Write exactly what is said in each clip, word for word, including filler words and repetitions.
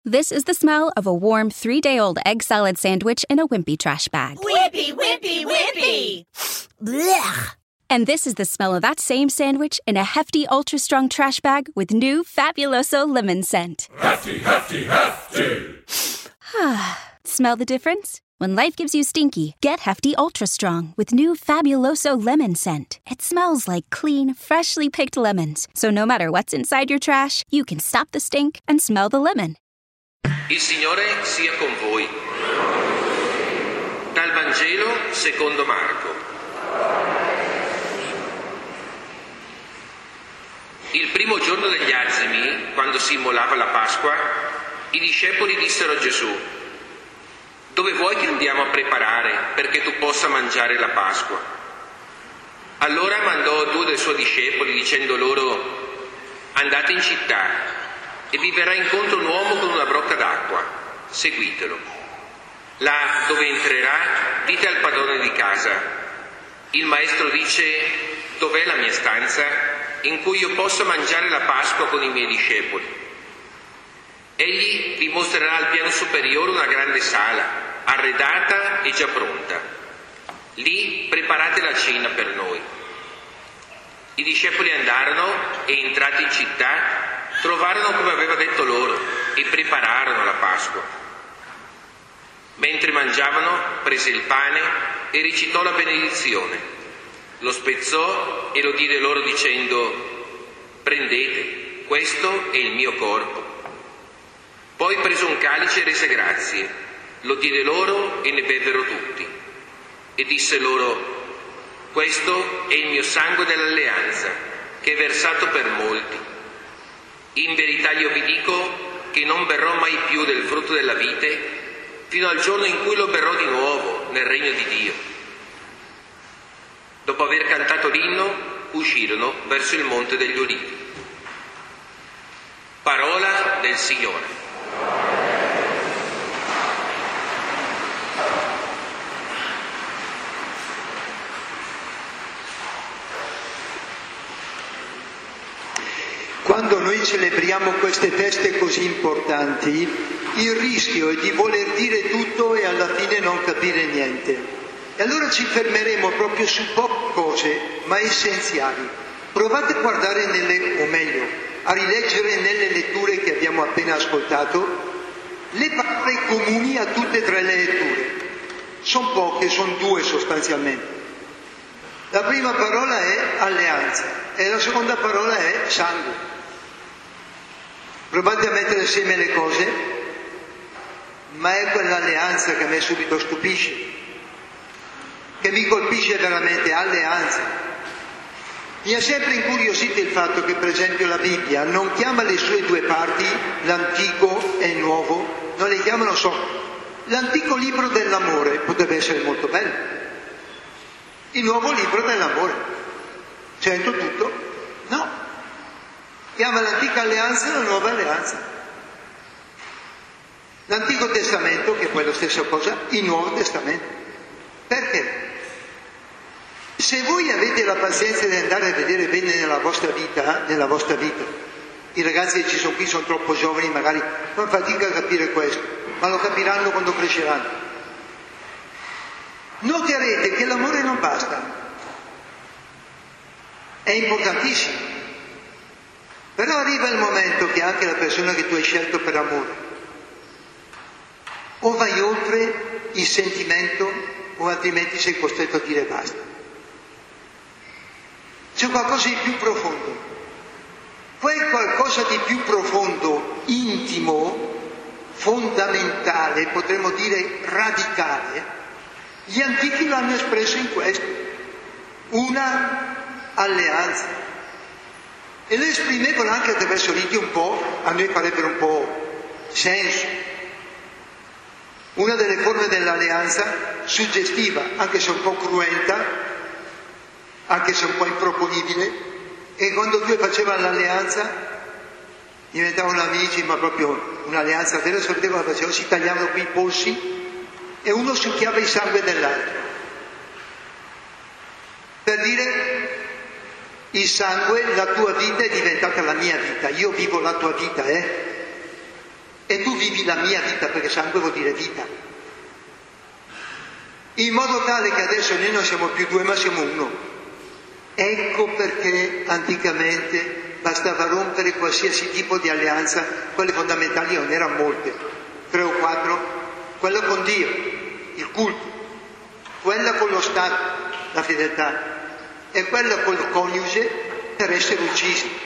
This is the smell of a warm three-day-old egg salad sandwich in a Wimpy trash bag. Wimpy, Wimpy, Wimpy! Blech! And this is the smell of that same sandwich in a hefty, ultra-strong trash bag with new Fabuloso lemon scent. Hefty, hefty, hefty! Smell the difference? When life gives you stinky, get Hefty Ultra Strong with new Fabuloso lemon scent. It smells like clean, freshly picked lemons. So no matter what's inside your trash, you can stop the stink and smell the lemon. Il Signore sia con voi. Dal Vangelo secondo Marco. Il primo giorno degli azimi, quando si immolava la Pasqua, i discepoli dissero a Gesù: «Dove vuoi che andiamo a preparare perché tu possa mangiare la Pasqua?» Allora mandò due dei suoi discepoli dicendo loro: «Andate in città e vi verrà incontro un uomo con una brocca d'acqua, seguitelo. Là dove entrerà, dite al padrone di casa: il maestro dice: dov'è la mia stanza in cui io possa mangiare la Pasqua con i miei discepoli? Egli vi mostrerà al piano superiore una grande sala, arredata e già pronta. Lì preparate la cena per noi». I discepoli andarono e, entrati in città, trovarono come aveva detto loro e prepararono la Pasqua. Mentre mangiavano, prese il pane e recitò la benedizione. Lo spezzò e lo diede loro dicendo: «Prendete, questo è il mio corpo». Poi prese un calice e rese grazie, lo diede loro e ne bevvero tutti. E disse loro: «Questo è il mio sangue dell'alleanza, che è versato per molti. In verità io vi dico che non berrò mai più del frutto della vite fino al giorno in cui lo berrò di nuovo nel regno di Dio». Dopo aver cantato l'inno, uscirono verso il Monte degli Ulivi. Parola del Signore. Quando noi celebriamo queste feste così importanti, il rischio è di voler dire tutto e alla fine non capire niente. E allora ci fermeremo proprio su poche cose, ma essenziali. Provate a guardare nelle, o meglio, a rileggere nelle letture che abbiamo appena ascoltato le parole comuni a tutte e tre le letture. Sono poche, sono due sostanzialmente. La prima parola è alleanza e la seconda parola è sangue. Provate a mettere insieme le cose, ma è quell'alleanza che a me subito stupisce, che mi colpisce veramente, alleanza. Mi ha sempre incuriosito il fatto che, per esempio, la Bibbia non chiama le sue due parti, l'antico e il nuovo, non le chiama, non so, l'antico libro dell'amore, potrebbe essere molto bello, il nuovo libro dell'amore, c'entro tutto? No. Chiama l'antica alleanza e la nuova alleanza. L'Antico Testamento, che è poi la stessa cosa, il Nuovo Testamento. Perché? Se voi avete la pazienza di andare a vedere bene nella vostra vita, nella vostra vita, i ragazzi che ci sono qui sono troppo giovani, magari fanno fatica a capire questo, ma lo capiranno quando cresceranno. Noterete che l'amore non basta, è importantissimo. Però arriva il momento che anche la persona che tu hai scelto per amore o vai oltre il sentimento o altrimenti sei costretto a dire basta. C'è qualcosa di più profondo. Quel qualcosa di più profondo, intimo, fondamentale, potremmo dire radicale, gli antichi l'hanno espresso in questo: una alleanza. E lo esprimevano anche attraverso riti un po', a noi farebbero un po' senso. Una delle forme dell'alleanza suggestiva, anche se un po' cruenta, anche se un po' improponibile, e quando due facevano l'alleanza diventavano amici, ma proprio un'alleanza vera. Sapete cosa facevano? Si tagliavano qui i polsi e uno succhiava il sangue dell'altro, per dire: il sangue, la tua vita è diventata la mia vita, io vivo la tua vita, eh? e tu vivi la mia vita, perché sangue vuol dire vita. In modo tale che adesso noi non siamo più due ma siamo uno. Ecco perché anticamente bastava rompere qualsiasi tipo di alleanza, quelle fondamentali non erano molte, tre o quattro, quella con Dio, il culto, quella con lo Stato, la fedeltà, e quella col coniuge per essere uccisi.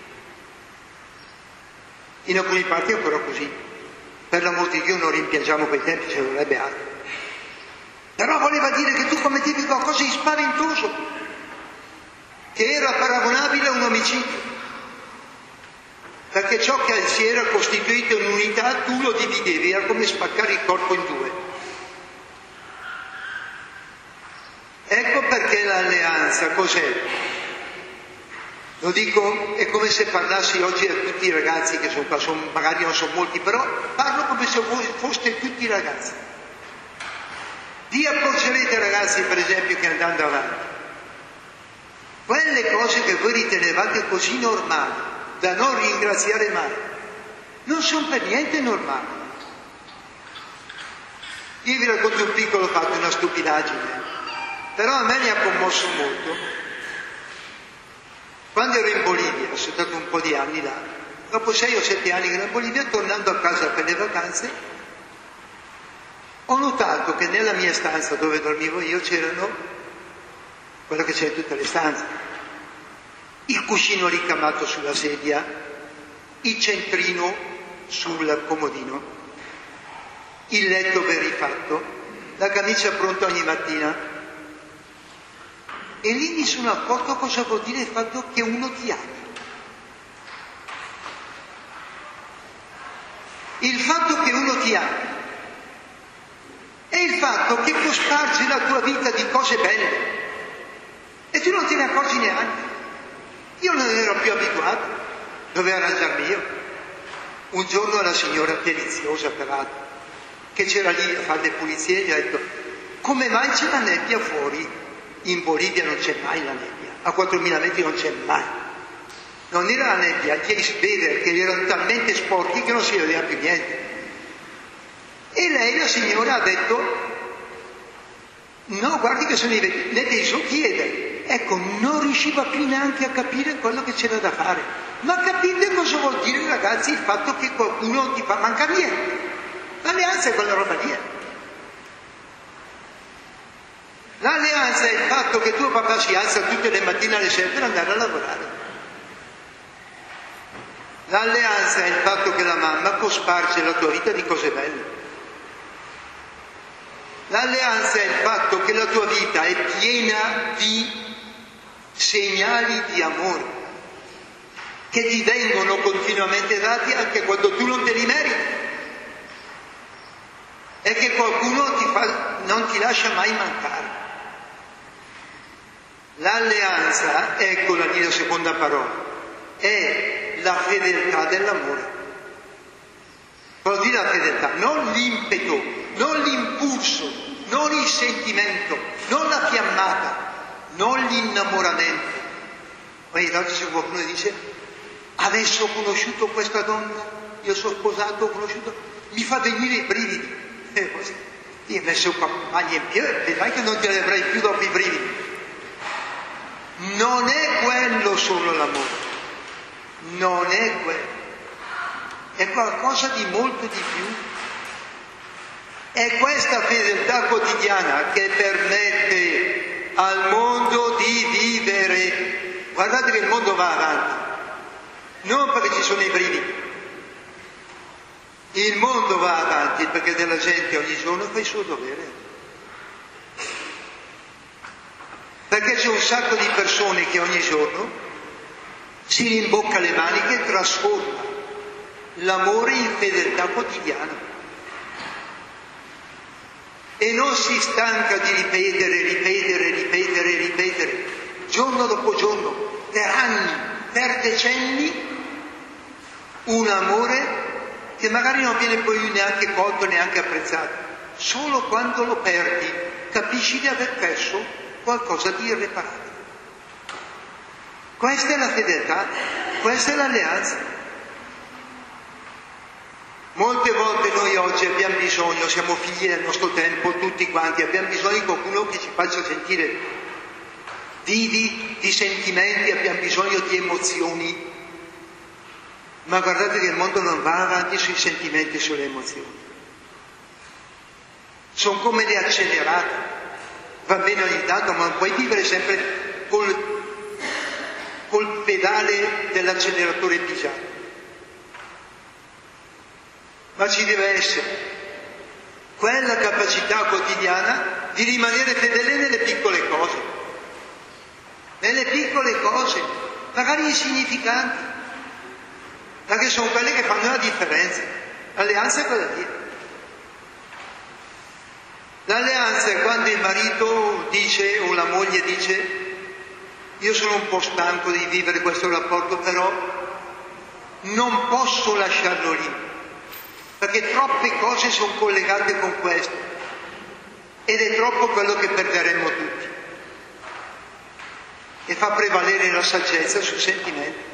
In alcuni parti è ancora così. Per l'amor di Dio non rimpiangiamo quei tempi, ce ne vorrebbe altro. Però voleva dire che tu commettevi qualcosa di spaventoso, che era paragonabile a un omicidio. Perché ciò che si era costituito in unità tu lo dividevi, era come spaccare il corpo in due. Ecco perché l'alleanza cos'è? Lo dico, è come se parlassi oggi a tutti i ragazzi che sono qua, sono, magari non sono molti, però parlo come se voi foste tutti ragazzi. Vi accorgerete, ragazzi, per esempio, che andando avanti, quelle cose che voi ritenevate così normali, da non ringraziare mai, non sono per niente normali. Io vi racconto un piccolo fatto, una stupidaggine, però a me mi ha commosso molto. Quando ero in Bolivia, sono stato un po' di anni là, dopo sei o sette anni che ero in Bolivia, tornando a casa per le vacanze, ho notato che nella mia stanza dove dormivo io c'erano, quello che c'è in tutte le stanze, il cuscino ricamato sulla sedia, il centrino sul comodino, il letto ben rifatto, la camicia pronta ogni mattina. E lì mi sono accorto cosa vuol dire il fatto che uno ti ami. Il fatto che uno ti ami è il fatto che può spargere la tua vita di cose belle e tu non te ne accorgi neanche. Io non ero più abituato, dovevo arrangiarmi io. Un giorno la signora deliziosa peraltro, che c'era lì a fare le pulizie, gli ha detto: come mai c'è la nebbia fuori? In Bolivia non c'è mai la nebbia, a quattromila metri non c'è mai. Non era la nebbia, gli sveder che erano talmente sporchi che non si vedeva più niente. E lei, la signora, ha detto: no, guardi che sono i vetri, le devo chiedere. Ecco, non riusciva più neanche a capire quello che c'era da fare. Ma capite cosa vuol dire, ragazzi, il fatto che qualcuno ti fa mancare niente? L'alleanza è quella roba lì. L'alleanza è il fatto che tuo papà si alza tutte le mattine alle sei per andare a lavorare. L'alleanza è il fatto che la mamma può spargere la tua vita di cose belle. L'alleanza è il fatto che la tua vita è piena di segnali di amore che ti vengono continuamente dati anche quando tu non te li meriti e che qualcuno ti fa, non ti lascia mai mancare. L'alleanza, eccola lì la seconda parola, è la fedeltà dell'amore. Vuol dire la fedeltà, non l'impeto, non l'impulso, non il sentimento, non la fiammata, non l'innamoramento. Ogni tanto c'è qualcuno che dice: adesso ho conosciuto questa donna, io sono sposato, ho conosciuto, mi fa venire i brividi. E così, io ho messo qua maglia in piedi, vedrai che non te ne avrai più dopo i brividi. Non è quello solo l'amore, non è quello, è qualcosa di molto di più. È questa fedeltà quotidiana che permette al mondo di vivere. Guardate che il mondo va avanti, non perché ci sono i brividi, il mondo va avanti perché della gente ogni giorno fa il suo dovere. Perché c'è un sacco di persone che ogni giorno si rimbocca le maniche e trasforma l'amore in fedeltà quotidiana. E non si stanca di ripetere, ripetere, ripetere, ripetere, giorno dopo giorno, per anni, per decenni, un amore che magari non viene poi neanche colto, neanche apprezzato. Solo quando lo perdi capisci di aver perso qualcosa di irreparabile. Questa è la fedeltà, questa è l'alleanza. Molte volte noi oggi abbiamo bisogno, siamo figli del nostro tempo, tutti quanti, abbiamo bisogno di qualcuno che ci faccia sentire vivi di sentimenti, abbiamo bisogno di emozioni. Ma guardate che il mondo non va avanti sui sentimenti e sulle emozioni. Sono come le accelerate. Va bene ogni tanto, ma non puoi vivere sempre col, col pedale dell'acceleratore pigiato. Ma ci deve essere quella capacità quotidiana di rimanere fedele nelle piccole cose, nelle piccole cose, magari insignificanti, ma che sono quelle che fanno la differenza. L'alleanza è cosa dire? L'alleanza è quando il marito dice o la moglie dice: io sono un po' stanco di vivere questo rapporto, però non posso lasciarlo lì, perché troppe cose sono collegate con questo ed è troppo quello che perderemmo tutti, e fa prevalere la saggezza sul sentimento.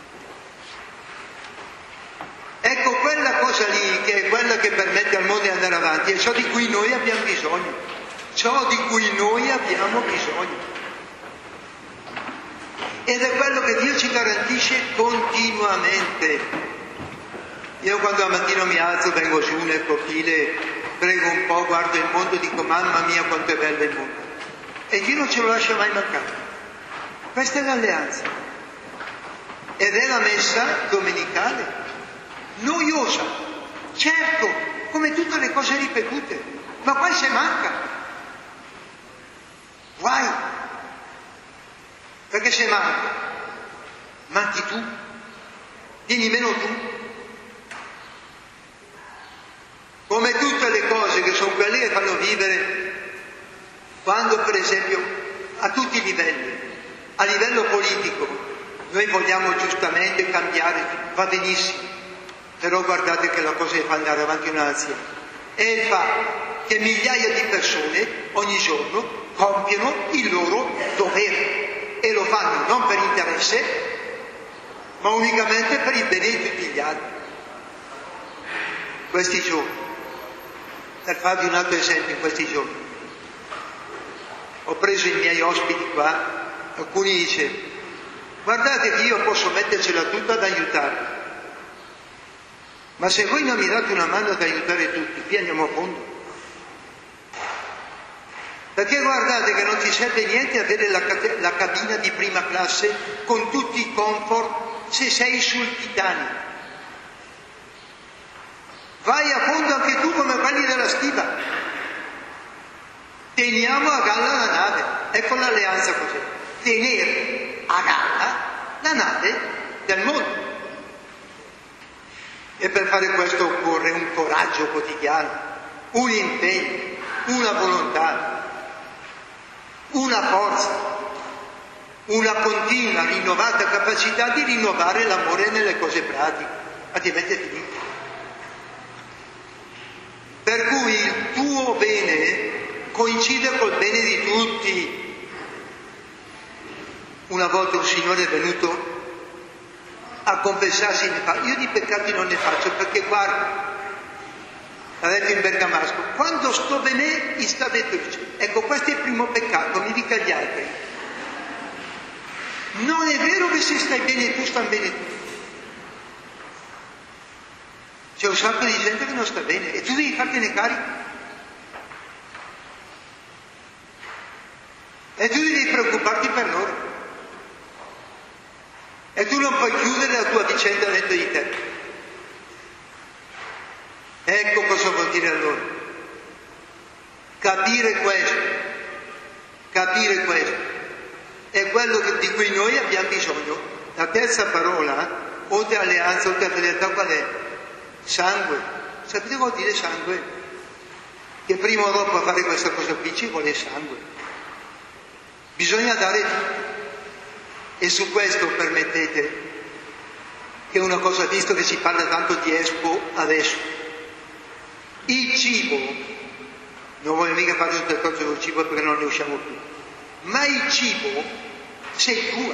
Ecco, quella cosa lì, che è quella che permette al mondo di andare avanti, è ciò di cui noi abbiamo bisogno, ciò di cui noi abbiamo bisogno. Ed è quello che Dio ci garantisce continuamente. Io quando al mattino mi alzo, vengo giù nel cortile, prego un po', guardo il mondo e dico: mamma mia quanto è bello il mondo. E Dio non ce lo lascia mai mancare. Questa è l'alleanza. Ed è la messa domenicale. Noiosa, certo, come tutte le cose ripetute, ma poi se manca, guai, perché se manca, manchi tu, vieni meno tu. Come tutte le cose che sono quelle che fanno vivere, quando per esempio a tutti i livelli, a livello politico, noi vogliamo giustamente cambiare, va benissimo. Però guardate che la cosa che fa andare avanti una nazione è il fatto che migliaia di persone ogni giorno compiono il loro dovere e lo fanno non per interesse, ma unicamente per il bene di tutti gli altri. Questi giorni, per farvi un altro esempio, in questi giorni ho preso i miei ospiti qua, alcuni dice: guardate che io posso mettercela tutta ad aiutarvi, ma se voi non mi date una mano ad aiutare tutti, qui andiamo a fondo. Perché guardate che non ci serve niente avere la, la cabina di prima classe con tutti i comfort se sei sul Titanic. Vai a fondo anche tu come quelli della stiva. Teniamo a galla la nave. Ecco l'alleanza così. Tenere a galla la nave del mondo. E per fare questo occorre un coraggio quotidiano, un impegno, una volontà, una forza, una continua, rinnovata capacità di rinnovare l'amore nelle cose pratiche, altrimenti è finito. Per cui il tuo bene coincide col bene di tutti. Una volta un signore è venuto a confessarsi, ne fa: io di peccati non ne faccio, perché guarda, ha detto in bergamasco, quando sto bene gli sta detto, ecco, questo è il primo peccato, mi dica gli altri. Non è vero che se stai bene tu, stanno bene tutti. C'è un sacco di gente che non sta bene e tu devi fartene carico. E tu devi preoccuparti per loro. E tu non puoi chiudere la tua vicenda dentro di te. Ecco cosa vuol dire allora. Capire questo, capire questo, è quello che, di cui noi abbiamo bisogno. La terza parola, oltre alleanza, oltre a fedeltà, qual è? Sangue. Sapete cosa vuol dire sangue? Che prima o dopo a fare questa cosa qui ci vuole sangue. Bisogna dare tutto. E su questo permettete che una cosa, visto che si parla tanto di Expo adesso, il cibo, non voglio mica fare un discorso sul cibo perché non ne usciamo più, ma il cibo sei tu.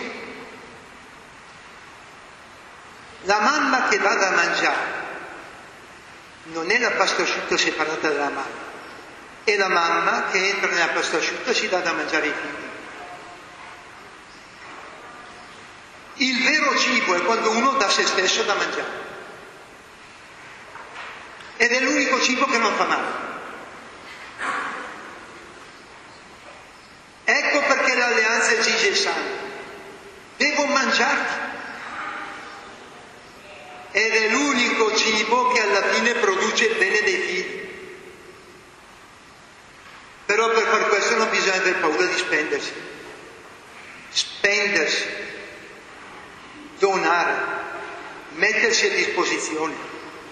La mamma che va da mangiare non è la pasta asciutta separata dalla mamma, è la mamma che entra nella pasta asciutta e si dà da mangiare ai figli. Il vero cibo è quando uno dà se stesso da mangiare. Ed è l'unico cibo che non fa male. Ecco perché l'alleanza esige il sangue. Devo mangiarti. Ed è l'unico cibo che alla fine produce il bene dei figli. Però per far questo non bisogna aver paura di spendersi. Spendersi, donare, mettersi a disposizione.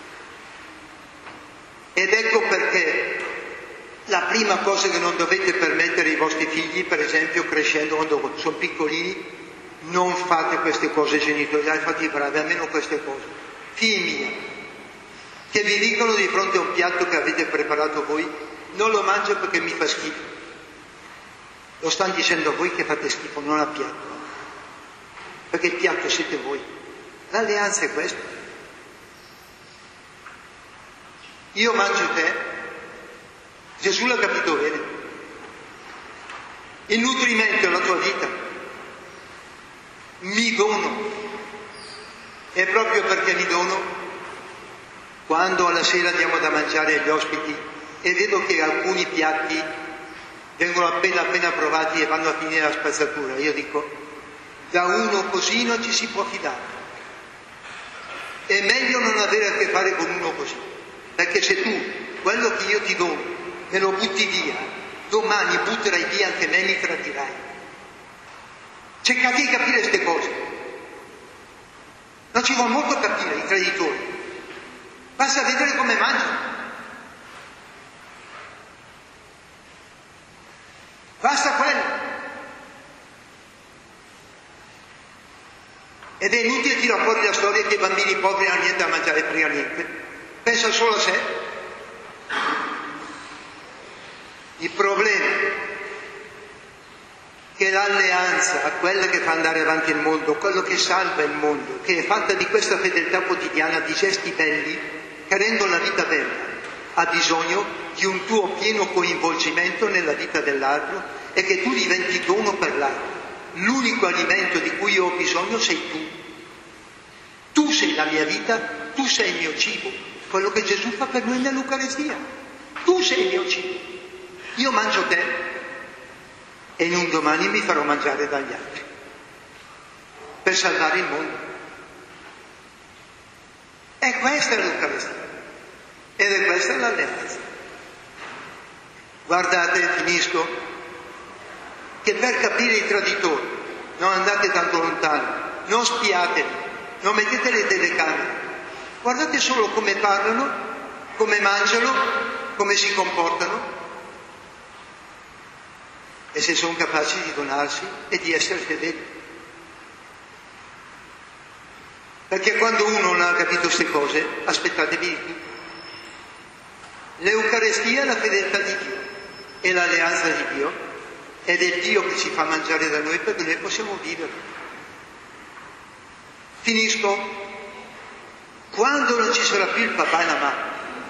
Ed ecco perché la prima cosa che non dovete permettere ai vostri figli, per esempio crescendo quando sono piccolini, non fate queste cose genitoriali, fate i bravi, almeno queste cose. Figli miei, che vi dicono di fronte a un piatto che avete preparato voi, non lo mangio perché mi fa schifo. Lo stanno dicendo a voi che fate schifo, non al piatto. Perché il piatto siete voi. L'alleanza è questa. Io mangio te. Gesù l'ha capito bene. Il nutrimento è la tua vita. Mi dono. E proprio perché mi dono, quando alla sera diamo da mangiare agli ospiti e vedo che alcuni piatti vengono appena appena provati e vanno a finire la spazzatura, io dico, da uno così non ci si può fidare. È meglio non avere a che fare con uno così, perché se tu, quello che io ti dono, me lo butti via, domani butterai via anche me e mi tradirai. Cercate di capire queste cose. Non ci vuole molto a capire i traditori. Basta vedere come mangiano. Basta quello. Ed è inutile tirare fuori la storia che i bambini poveri hanno niente da mangiare, frega niente. Pensa solo a sé. Il problema è che l'alleanza, quella che fa andare avanti il mondo, quello che salva il mondo, che è fatta di questa fedeltà quotidiana, di gesti belli, che rendono la vita bella, ha bisogno di un tuo pieno coinvolgimento nella vita dell'altro e che tu diventi dono per l'altro. L'unico alimento di cui io ho bisogno sei tu. Tu sei la mia vita, tu sei il mio cibo, quello che Gesù fa per noi nell'Eucaristia. Tu sei il mio cibo. Io mangio te e in un domani mi farò mangiare dagli altri per salvare il mondo. E questa è l'Eucaristia ed è questa l'alleanza. Guardate, finisco, che per capire i traditori non andate tanto lontano, non spiateli, non mettete le telecamere, guardate solo come parlano, come mangiano, come si comportano e se sono capaci di donarsi e di essere fedeli. Perché quando uno non ha capito queste cose, aspettatevi di più. L'Eucaristia è la fedeltà di Dio, è l'alleanza di Dio, ed è Dio che ci fa mangiare da noi perché noi possiamo vivere. Finisco. Quando non ci sarà più il papà e la mamma,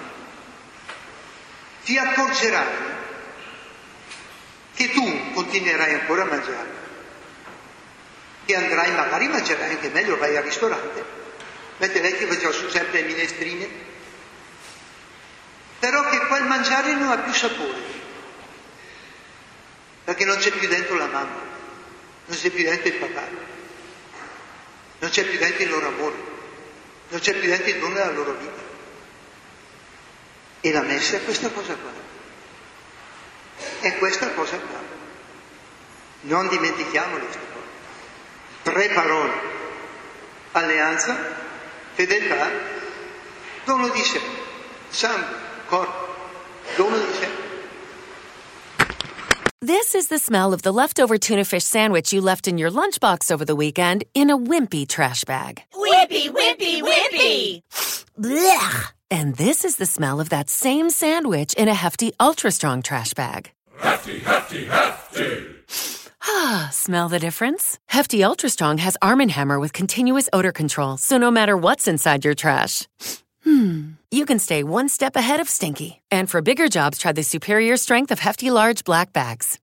ti accorgerai che tu continuerai ancora a mangiare, che andrai, magari mangerai anche meglio, vai al ristorante, mentre lei ti faceva su sempre le minestrine, però che quel mangiare non ha più sapore, perché non c'è più dentro la mamma, non c'è più dentro il papà, non c'è più dentro il loro amore, non c'è più dentro il dono della loro vita. E la messa è questa cosa qua. È questa cosa qua. Non dimentichiamole queste cose. Tre parole. Alleanza, fedeltà, dono di sé, sangue, corpo, dono di sé. This is the smell of the leftover tuna fish sandwich you left in your lunchbox over the weekend in a wimpy trash bag. Wimpy, wimpy, wimpy! Blech! And this is the smell of that same sandwich in a Hefty Ultra Strong trash bag. Hefty, hefty, hefty. Ah, smell the difference? Hefty Ultra Strong has Arm and Hammer with continuous odor control, so no matter what's inside your trash. Hmm. you can stay one step ahead of Stinky. And for bigger jobs, try the superior strength of Hefty Large Black Bags.